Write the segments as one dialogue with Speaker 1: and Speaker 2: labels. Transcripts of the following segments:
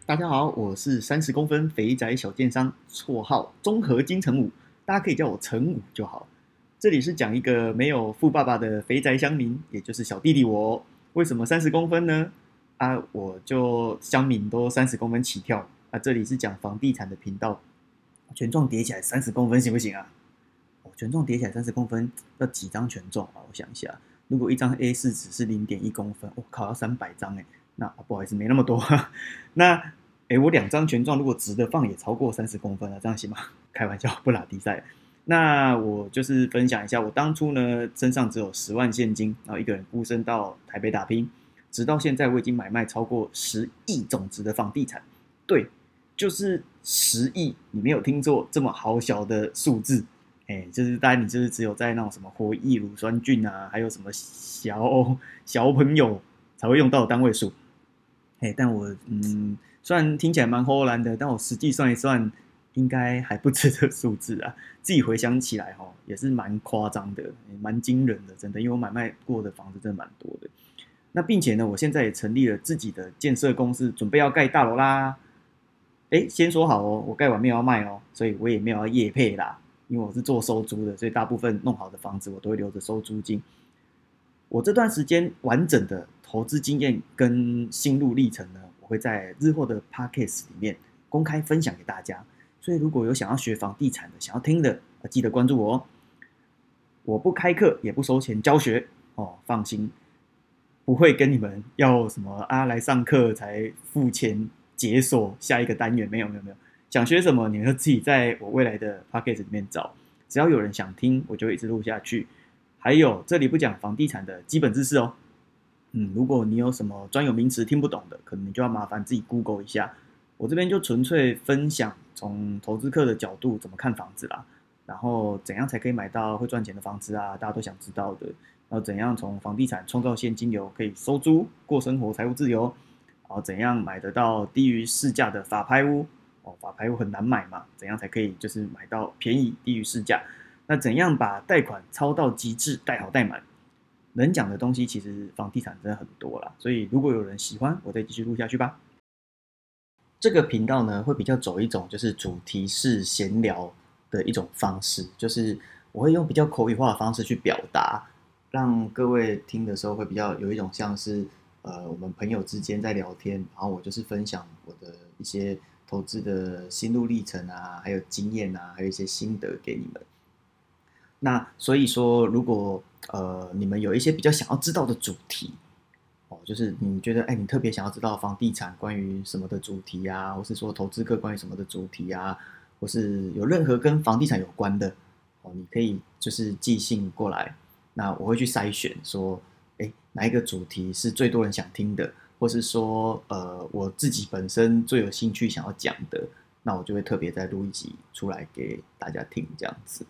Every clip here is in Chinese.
Speaker 1: 大家好，我是30公分肥宅小健商，绰号综合金城武，大家可以叫我陈武就好。这里是讲一个没有富爸爸的肥宅乡民，也就是小弟弟我。为什么30公分呢？我就乡民都30公分起跳。这里是讲房地产的频道，权重叠起来30公分行不行啊？权重叠起来30公分要几张权重啊？我想一下，如果一张 A4 纸是0.1公分，我靠，要300张哎。那不好意思，没那么多。那我2张权状如果直的放也超过30公分了，这样行吗？开玩笑，不拉迪赛。那我就是分享一下，我当初呢身上只有10万现金，然后一个人孤身到台北打拼，直到现在我已经买卖超过10亿总值的房地产。对，就是10亿，你没有听错，这么好小的数字。就是当然你就是只有在那种什么活益乳酸菌啊，还有什么小朋友才会用到的单位数。但我虽然听起来蛮齁蓝的，但我实际算一算，应该还不止这个数字啊。自己回想起来也是蛮夸张的，蛮惊人的，真的。因为我买卖过的房子真的蛮多的。那并且呢，我现在也成立了自己的建设公司，准备要盖大楼啦。先说好我盖完没有要卖所以我也没有要业配啦。因为我是做收租的，所以大部分弄好的房子我都会留着收租金。我这段时间完整的投资经验跟心路历程呢，我会在日后的 Podcast 里面公开分享给大家。所以如果有想要学房地产的、想要听的，记得关注我。我不开课，也不收钱教学放心，不会跟你们要什么来上课才付钱解锁下一个单元，没有。想学什么，你们就自己在我未来的 Podcast 里面找，只要有人想听，我就会一直录下去。还有，这里不讲房地产的基本知识如果你有什么专有名词听不懂的，可能你就要麻烦自己 Google 一下。我这边就纯粹分享从投资客的角度怎么看房子啦，然后怎样才可以买到会赚钱的房子大家都想知道的。然后怎样从房地产创造现金流，可以收租过生活，财务自由。然后怎样买得到低于市价的法拍屋法拍屋很难买嘛，怎样才可以就是买到便宜低于市价？那怎样把贷款操到极致，贷好贷满？能讲的东西其实房地产真的很多啦，所以如果有人喜欢，我再继续录下去吧。这个频道呢，会比较走一种就是主题式闲聊的一种方式，就是我会用比较口语化的方式去表达，让各位听的时候会比较有一种像是我们朋友之间在聊天，然后我就是分享我的一些投资的心路历程还有经验还有一些心得给你们。那所以说，如果你们有一些比较想要知道的主题就是你觉得你特别想要知道房地产关于什么的主题或是说投资客关于什么的主题或是有任何跟房地产有关的你可以就是寄信过来，那我会去筛选说哪一个主题是最多人想听的，或是说我自己本身最有兴趣想要讲的，那我就会特别再录一集出来给大家听这样子。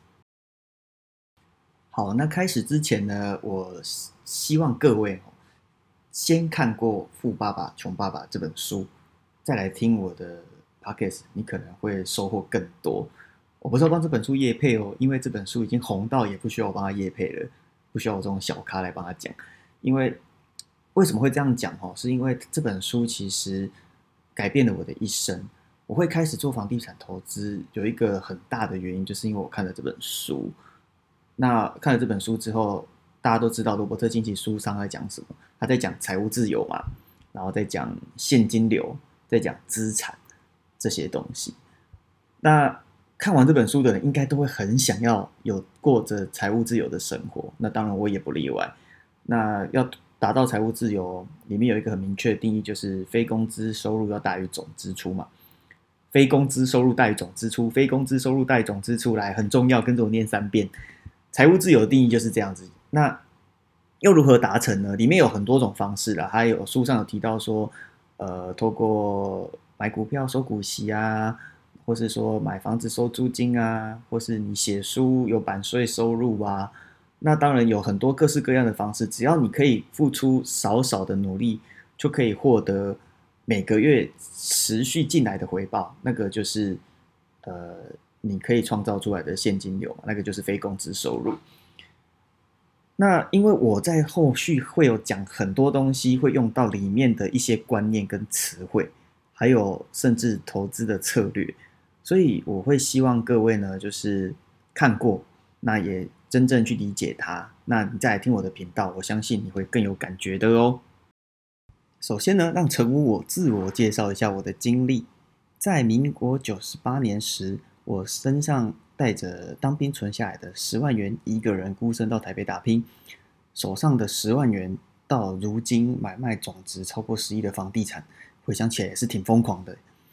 Speaker 1: 好，那开始之前呢，我希望各位先看过《富爸爸穷爸爸》这本书，再来听我的 podcast， 你可能会收获更多。我不是要帮这本书业配因为这本书已经红到也不需要我帮他业配了，不需要我这种小咖来帮他讲。因为为什么会这样讲是因为这本书其实改变了我的一生。我会开始做房地产投资，有一个很大的原因，就是因为我看了这本书。那看了这本书之后，大家都知道罗伯特清崎书上在讲什么，他在讲财务自由嘛，然后在讲现金流，在讲资产这些东西。那看完这本书的人应该都会很想要有过着财务自由的生活，那当然我也不例外。那要达到财务自由，里面有一个很明确的定义，就是非工资收入要大于总支出嘛。非工资收入大于总支出，非工资收入大于总支出，来很重要，跟着我念3遍。财务自由的定义就是这样子。那又如何达成呢？里面有很多种方式啦，还有书上有提到说，透过买股票收股息或是说买房子收租金或是你写书有版税收入那当然有很多各式各样的方式，只要你可以付出少少的努力，就可以获得每个月持续进来的回报，那个就是你可以创造出来的现金流，那个就是非工资收入。那因为我在后续会有讲很多东西，会用到里面的一些观念跟词汇， 还有甚至投资的策略。所以我会希望各位呢，就是看过，那也真正去理解它，那你再来听我的频道，我相信你会更有感觉的哦。首先呢，让陈武我自我介绍一下我的经历。在民国98年时，我身上带着当兵存下来的10万元，一个人孤身到台北打拼，手上的10万元到如今买卖总值超过10亿的房地产，回想起来也是挺疯狂的。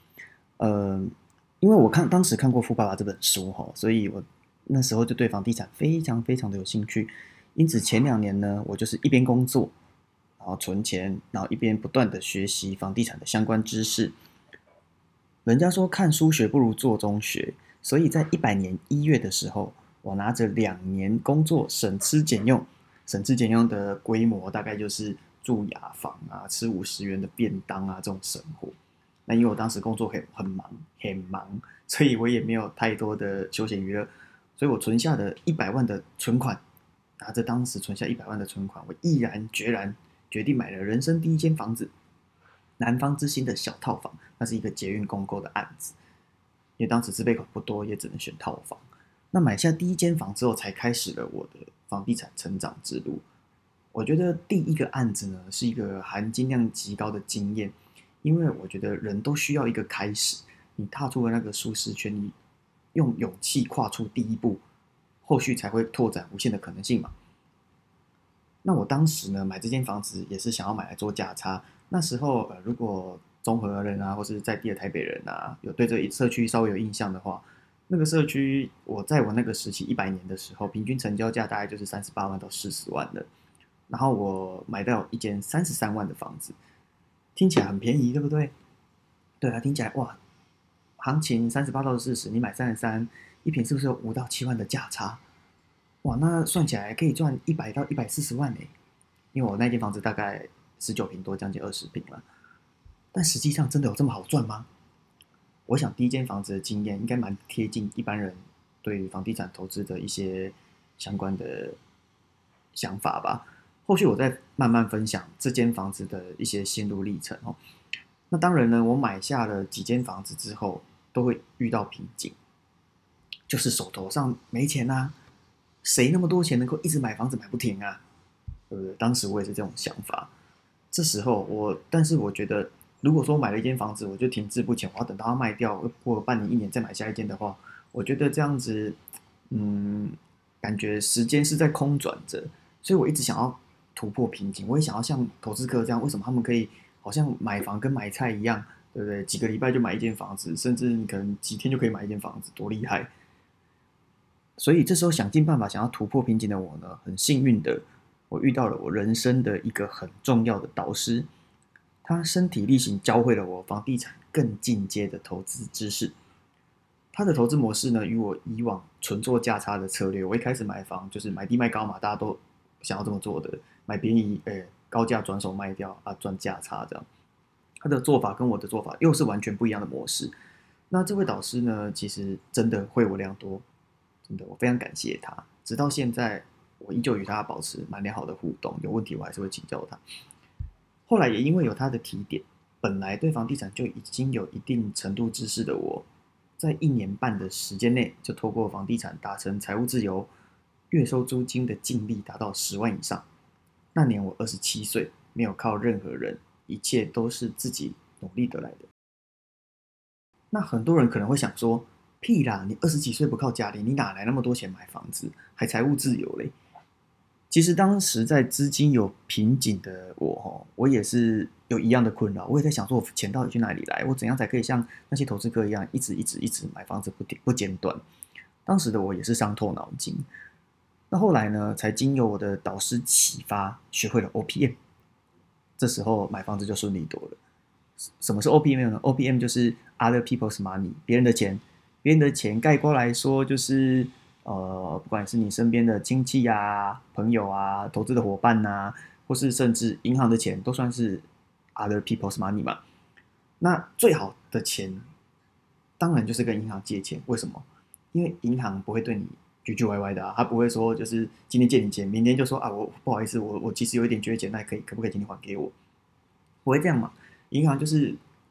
Speaker 1: 因为我当时看过《富爸爸》这本书哈，所以我那时候就对房地产非常非常的有兴趣。因此前2年呢，我就是一边工作，然后存钱，然后一边不断的学习房地产的相关知识。人家说看书学不如做中学，所以在100年1月的时候，我拿着2年工作省吃俭用，省吃俭用的规模大概就是住雅房啊，吃50元的便当啊这种生活。那因为我当时工作很忙，所以我也没有太多的休闲娱乐，所以我存下的100万的存款，拿着当时存下100万的存款，我毅然决然决定买了人生第一间房子，南方之星的小套房，那是一个捷运公购的案子，因为当时自备款不多，也只能选套房。那买下第一间房之后，才开始了我的房地产成长之路。我觉得第一个案子呢，是一个含金量极高的经验，因为我觉得人都需要一个开始，你踏出了那个舒适圈，你用勇气跨出第一步，后续才会拓展无限的可能性嘛。那我当时呢，买这间房子也是想要买来做价差。那时候如果中和人啊，或是在地的台北人啊，有对这个社区稍微有印象的话，那个社区在我那个时期100年的时候，平均成交价大概就是38万到40万的。然后我买到一间33万的房子，听起来很便宜，对不对？对啊，听起来哇，行情38到40，你买33，一平是不是有5到7万的价差？哇，那算起来可以赚100到140万呢。因为我那间房子大概19平多，将近20平了。但实际上真的有这么好赚吗？我想第一间房子的经验应该蛮贴近一般人对于房地产投资的一些相关的想法吧。后续我再慢慢分享这间房子的一些心路历程哦。那当然呢，我买下了几间房子之后，都会遇到瓶颈，就是手头上没钱啊，谁那么多钱能够一直买房子买不停啊？对不对？当时我也是这种想法。这时候但是我觉得，如果说买了一间房子，我就停滞不前，我要等到它卖掉，过了半年、1年再买下一间的话，我觉得这样子，感觉时间是在空转着，所以我一直想要突破瓶颈，我也想要像投资客这样，为什么他们可以好像买房跟买菜一样，对不对？几个礼拜就买一间房子，甚至你可能几天就可以买一间房子，多厉害！所以这时候想尽办法想要突破瓶颈的我呢，很幸运的，我遇到了我人生的一个很重要的导师，他身体力行教会了我房地产更进阶的投资知识。他的投资模式呢，与我以往纯做价差的策略，我一开始买房就是买低卖高嘛，大家都想要这么做的，买便宜，高价转手卖掉啊，赚价差这样。他的做法跟我的做法又是完全不一样的模式。那这位导师呢，其实真的惠我良多，真的我非常感谢他。直到现在，我依旧与他保持蛮良好的互动，有问题我还是会请教他。后来也因为有他的提点，本来对房地产就已经有一定程度知识的我，在1年半的时间内，就透过房地产达成财务自由，月收租金的净利达到10万以上。那年我27岁，没有靠任何人，一切都是自己努力得来的。那很多人可能会想说，屁啦，你20几岁不靠家里，你哪来那么多钱买房子，还财务自由嘞？其实当时在资金有瓶颈的我也是有一样的困扰，我也在想说，我钱到底去哪里来？我怎样才可以像那些投资客一样，一直买房子不间断？当时的我也是伤透脑筋。那后来呢，才经由我的导师启发，学会了 OPM。这时候买房子就顺利多了。什么是 OPM 呢？OPM 就是 Other People's Money，别人的钱，别人的钱概括来说就是不管是你身边的亲戚啊、朋友啊、投资的伙伴啊，或是甚至银行的钱，都算是 Other People's Money 嘛。那最好的钱，当然就是跟银行借钱。为什么？因为银行不会对你唧唧歪歪的啊，他不会说就是今天借你钱，明天就说啊，我不好意思，我其实有一点缺钱，那可不可以请你还给我？不会这样嘛？银行就是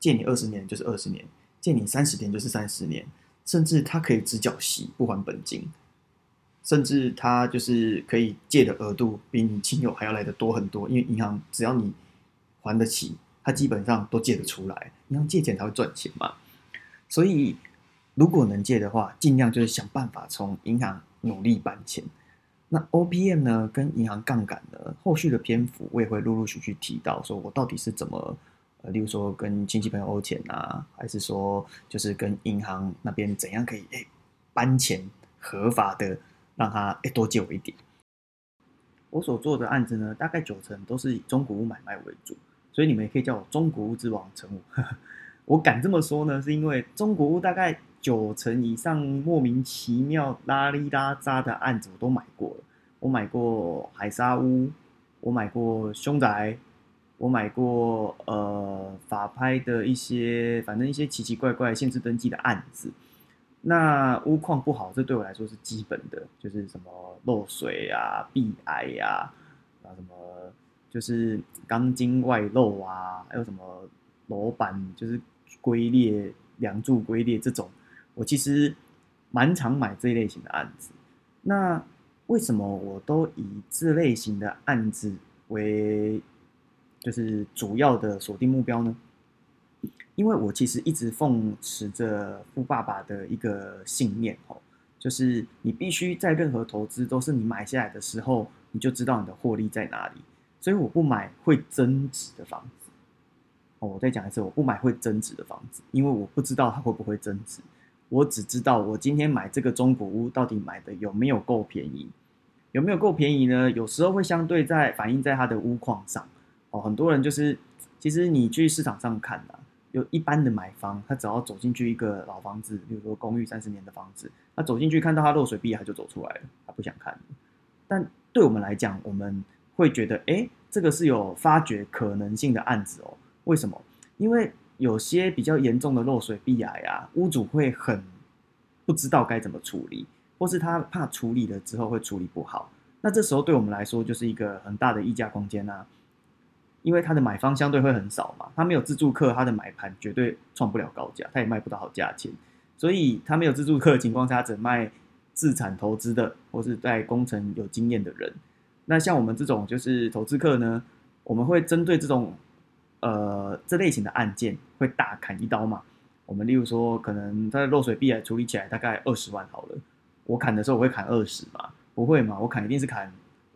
Speaker 1: 借你20年就是20年，借你30年就是30年，甚至他可以只缴息不还本金，甚至他就是可以借的额度比你亲友还要来的多很多，因为银行只要你还得起，他基本上都借得出来，银行借钱才会赚钱嘛。所以如果能借的话，尽量就是想办法从银行努力搬钱。那 OPM 呢，跟银行杠杆呢，后续的篇幅我也会陆陆续续提到，说我到底是怎么，例如说跟亲戚朋友欧钱啊，还是说就是跟银行那边怎样可以搬钱合法的让他多借我一点。我所做的案子呢，大概90%都是以中古屋买卖为主，所以你们也可以叫我中古屋之王陈武。我敢这么说呢，是因为中古屋大概90%以上莫名其妙拉里拉扎的案子我都买过了。我买过海沙屋，我买过凶宅，我买过法拍的一些，反正一些奇奇怪怪限制登记的案子。那屋况不好，这对我来说是基本的，就是什么漏水啊、壁癌啊，什么就是钢筋外露啊，还有什么楼板就是龟裂、梁柱龟裂这种，我其实蛮常买这一类型的案子。那为什么我都以这类型的案子为就是主要的锁定目标呢？因为我其实一直奉持着富爸爸的一个信念哦，就是你必须在任何投资都是你买下来的时候，你就知道你的获利在哪里。所以我不买会增值的房子。哦，我再讲一次，我不买会增值的房子，因为我不知道它会不会增值。我只知道我今天买这个中古屋到底买的有没有够便宜，有没有够便宜呢？有时候会相对在反映在它的屋况上。哦，很多人就是，其实你去市场上看啊，有一般的买方，他只要走进去一个老房子，比如说公寓30年的房子，他走进去看到他漏水壁，他就走出来了，他不想看。但对我们来讲，我们会觉得，这个是有发掘可能性的案子哦。为什么？因为有些比较严重的漏水壁癌啊，屋主会很不知道该怎么处理，或是他怕处理了之后会处理不好。那这时候对我们来说就是一个很大的溢价空间啊，因为他的买方相对会很少嘛，他没有自住客，他的买盘绝对创不了高价，他也卖不到好价钱，所以他没有自住客的情况下，只卖自产投资的或是在工程有经验的人。那像我们这种就是投资客呢，我们会针对这种这类型的案件会大砍一刀嘛。我们例如说，可能他的漏水壁癌处理起来大概20万好了，我砍的时候我会砍20嘛？不会嘛？我砍一定是砍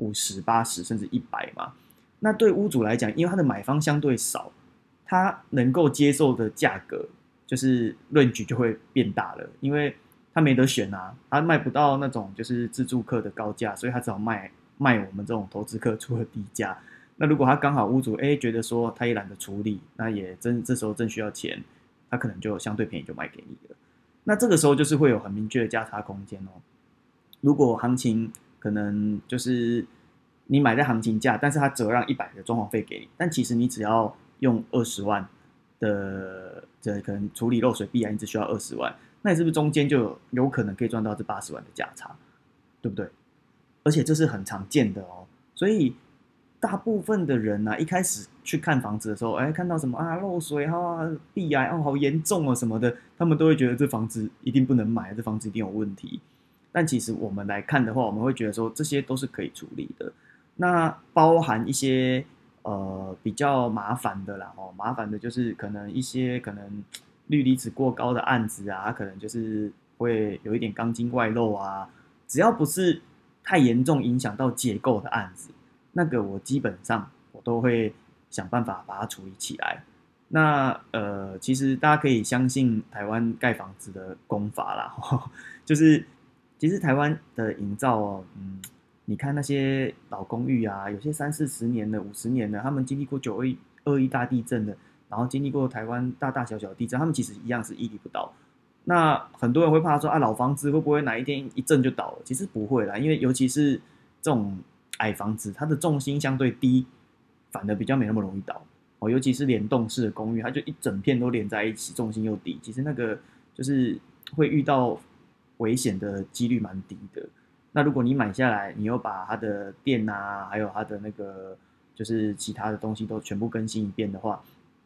Speaker 1: 50、80甚至100嘛。那对屋主来讲，因为他的买方相对少，他能够接受的价格就是论据就会变大了，因为他没得选啊，他卖不到那种就是自住客的高价，所以他只好卖我们这种投资客出的低价。那如果他刚好屋主觉得说他也懒得处理，那也这时候正需要钱，他可能就相对便宜就卖给你了。那这个时候就是会有很明确的价差空间哦。如果行情可能就是你买在行情价，但是他折让100的装潢费给你，但其实你只要用20万的可能处理漏水壁癌，你只需要20万，那你是不是中间就有可能可以赚到这80万的价差，对不对？而且这是很常见的哦，所以大部分的人啊，一开始去看房子的时候，看到什么啊漏水啊、壁癌好严重哦什么的，他们都会觉得这房子一定不能买，这房子一定有问题。但其实我们来看的话，我们会觉得说这些都是可以处理的。那包含一些比较麻烦的啦，麻烦的就是可能一些可能氯离子过高的案子啊，它可能就是会有一点钢筋外露啊，只要不是太严重影响到结构的案子，那个我基本上我都会想办法把它处理起来。那其实大家可以相信台湾盖房子的工法啦，就是其实台湾的营造哦，你看那些老公寓啊，有些30、40年的、50年的，他们经历过921大地震的，然后经历过台湾大大小小的地震，他们其实一样是屹立不倒。那很多人会怕说啊，老房子会不会哪一天一震就倒了？其实不会啦，因为尤其是这种矮房子，它的重心相对低，反而比较没那么容易倒哦。尤其是联动式的公寓，它就一整片都连在一起，重心又低，其实那个就是会遇到危险的几率蛮低的。那如果你买下来，你又把它的电啊，还有它的那个就是其他的东西都全部更新一遍的话，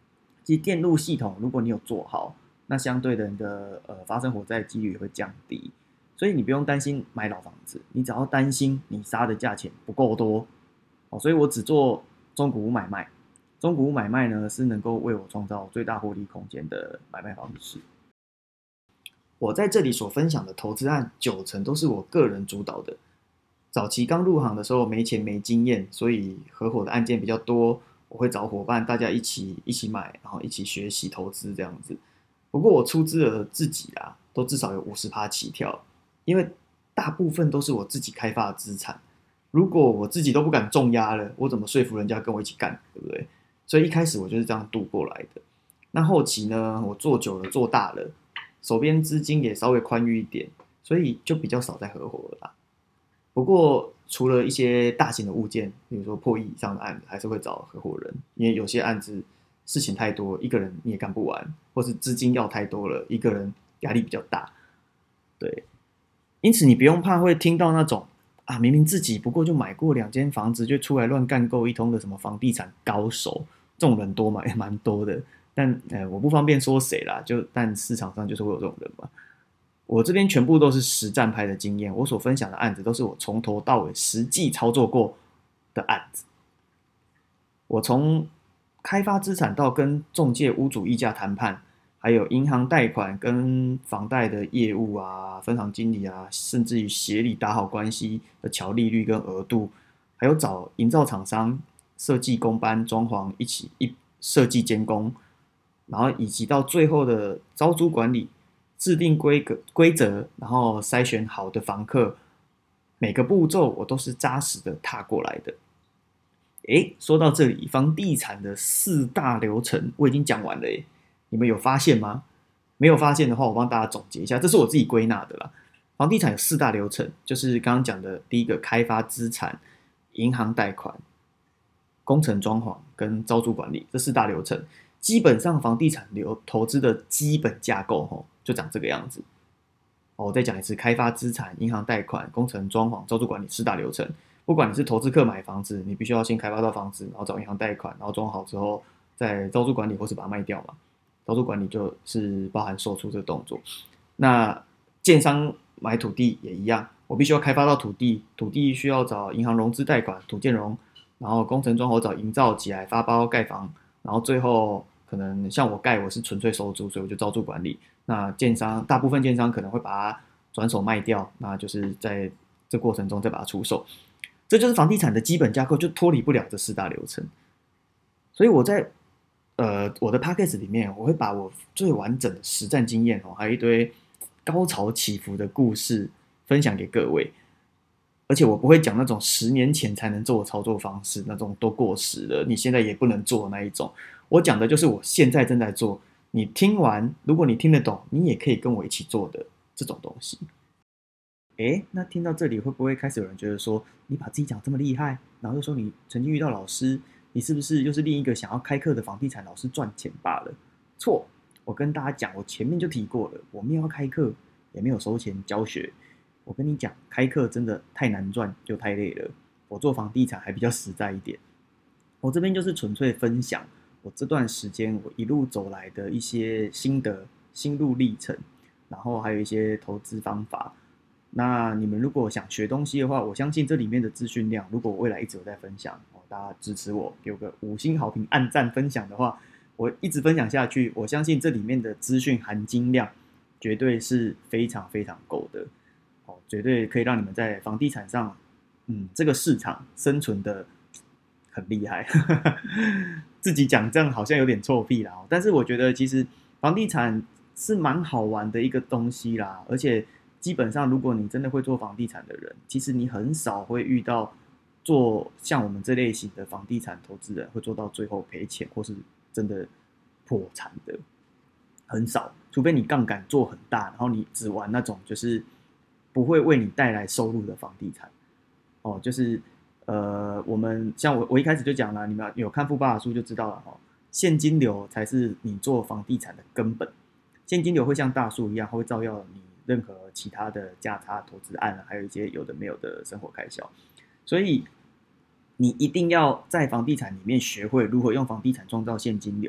Speaker 1: 其实电路系统如果你有做好，那相对的你的发生火灾的几率也会降低。所以你不用担心买老房子，你只要担心你杀的价钱不够多。所以我只做中古屋买卖。中古屋买卖呢，是能够为我创造最大获利空间的买卖方式。我在这里所分享的投资案，90%都是我个人主导的。早期刚入行的时候没钱没经验，所以合伙的案件比较多，我会找伙伴大家一起买，然后一起学习投资这样子。不过我出资额自己啊，都至少有50%起跳，因为大部分都是我自己开发的资产。如果我自己都不敢重压了，我怎么说服人家跟我一起干，对不对？所以一开始我就是这样度过来的。那后期呢，我做久了做大了，手边资金也稍微宽裕一点，所以就比较少再合伙了啦。不过除了一些大型的物件，比如说破亿以上的案子，还是会找合伙人，因为有些案子事情太多，一个人你也干不完，或是资金要太多了，一个人压力比较大。对，因此你不用怕会听到那种啊，明明自己不过就买过2间房子，就出来乱干够一通的什么房地产高手，这种人多嘛，也蛮多的。但我不方便说谁啦，但市场上就是会有这种人嘛。我这边全部都是实战派的经验，我所分享的案子都是我从头到尾实际操作过的案子。我从开发资产到跟仲介屋主议价谈判，还有银行贷款跟房贷的业务啊，分行经理啊，甚至于协理打好关系的调利率跟额度，还有找营造厂商设计工班装潢一起设计监工，然后以及到最后的招租管理，制定规则，然后筛选好的房客，每个步骤我都是扎实的踏过来的。说到这里，房地产的4大流程我已经讲完了耶，你们有发现吗？没有发现的话，我帮大家总结一下，这是我自己归纳的啦。房地产有4大流程，就是刚刚讲的第一个开发资产、银行贷款、工程装潢跟招租管理，这4大流程。基本上房地产投资的基本架构就长这个样子。我再讲一次，开发资产、银行贷款、工程装潢、招租管理4大流程。不管你是投资客买房子，你必须要先开发到房子，然后找银行贷款，然后装好之后再招租管理或是把它卖掉嘛。招租管理就是包含售出这个动作。那建商买土地也一样，我必须要开发到土地，土地需要找银行融资贷款、土建融，然后工程装潢找营造起来发包盖房，然后最后可能像我盖我是纯粹收租，所以我就招租管理。那大部分建商可能会把它转手卖掉，那就是在这过程中再把它出售。这就是房地产的基本架构，就脱离不了这4大流程。所以我在我的 podcast 里面，我会把我最完整的实战经验还有一堆高潮起伏的故事分享给各位。而且我不会讲那种10年前才能做的操作方式，那种都过时了，你现在也不能做的那一种。我讲的就是我现在正在做，你听完，如果你听得懂，你也可以跟我一起做的这种东西。那听到这里会不会开始有人觉得说，你把自己讲这么厉害，然后又说你曾经遇到老师，你是不是又是另一个想要开课的房地产老师赚钱罢了？错，我跟大家讲，我前面就提过了，我没有要开课，也没有收钱教学。我跟你讲，开课真的太难赚又太累了，我做房地产还比较实在一点。我这边就是纯粹分享我这段时间我一路走来的一些心得、心路历程，然后还有一些投资方法。那你们如果想学东西的话，我相信这里面的资讯量，如果我未来一直有在分享，大家支持我，给我个5星好评、按赞、分享的话，我一直分享下去，我相信这里面的资讯含金量绝对是非常非常够的，绝对可以让你们在房地产上，这个市场生存的很厉害。自己讲这样好像有点臭屁啦，但是我觉得其实房地产是蛮好玩的一个东西啦，而且基本上如果你真的会做房地产的人，其实你很少会遇到做像我们这类型的房地产投资人会做到最后赔钱或是真的破产的，很少，除非你杠杆做很大，然后你只玩那种就是不会为你带来收入的房地产。就是我们像我一开始就讲了，你们有看富爸的书就知道了现金流才是你做房地产的根本，现金流会像大树一样，它会照耀你任何其他的价差投资案还有一些有的没有的生活开销，所以你一定要在房地产里面学会如何用房地产创造现金流，然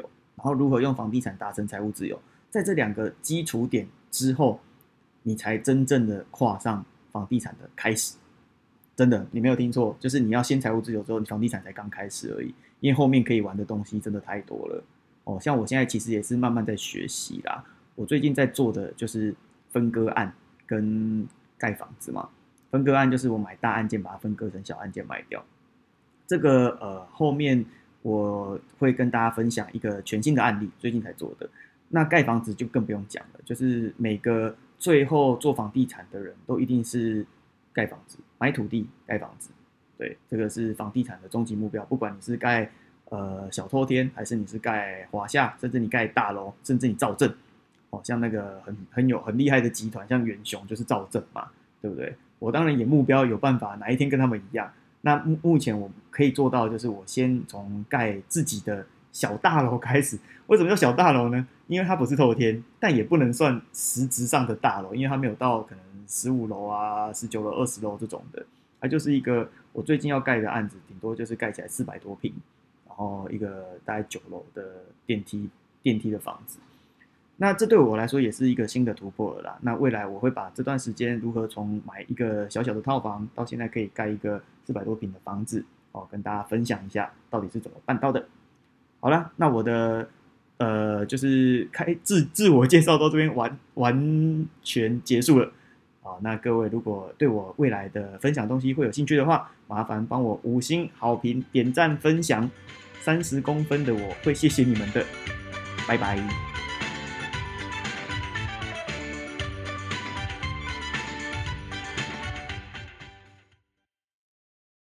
Speaker 1: 然后如何用房地产达成财务自由，在这2个基础点之后，你才真正的跨上房地产的开始。真的，你没有听错，就是你要先财务自由之后，你房地产才刚开始而已，因为后面可以玩的东西真的太多了。哦，像我现在其实也是慢慢在学习啦。我最近在做的就是分割案跟盖房子嘛。分割案就是我买大案件，把它分割成小案件卖掉。这个后面我会跟大家分享一个全新的案例，最近才做的。那盖房子就更不用讲了，就是每个最后做房地产的人都一定是盖房子，买土地盖房子。对，这个是房地产的终极目标，不管你是盖小透天，还是你是盖华夏，甚至你盖大楼，甚至你造镇，哦，像那个很厉害的集团，像远雄就是造镇嘛，对不对？我当然也目标有办法哪一天跟他们一样。那目前我可以做到，就是我先从盖自己的小大楼开始。为什么叫小大楼呢？因为它不是透天，但也不能算实质上的大楼，因为它没有到可能15楼啊、19楼、20楼这种的。它就是一个我最近要盖的案子，顶多就是盖起来400多坪，然后一个大概9楼的电梯的房子。那这对我来说也是一个新的突破了啦。那未来我会把这段时间如何从买一个小小的套房，到现在可以盖一个400多坪的房子，哦，跟大家分享一下到底是怎么办到的。好啦，那我的就是自我介绍到这边完全结束了。好，那各位如果对我未来的分享东西会有兴趣的话，麻烦帮我5星好评、点赞、分享。30公分的我会谢谢你们的，拜拜。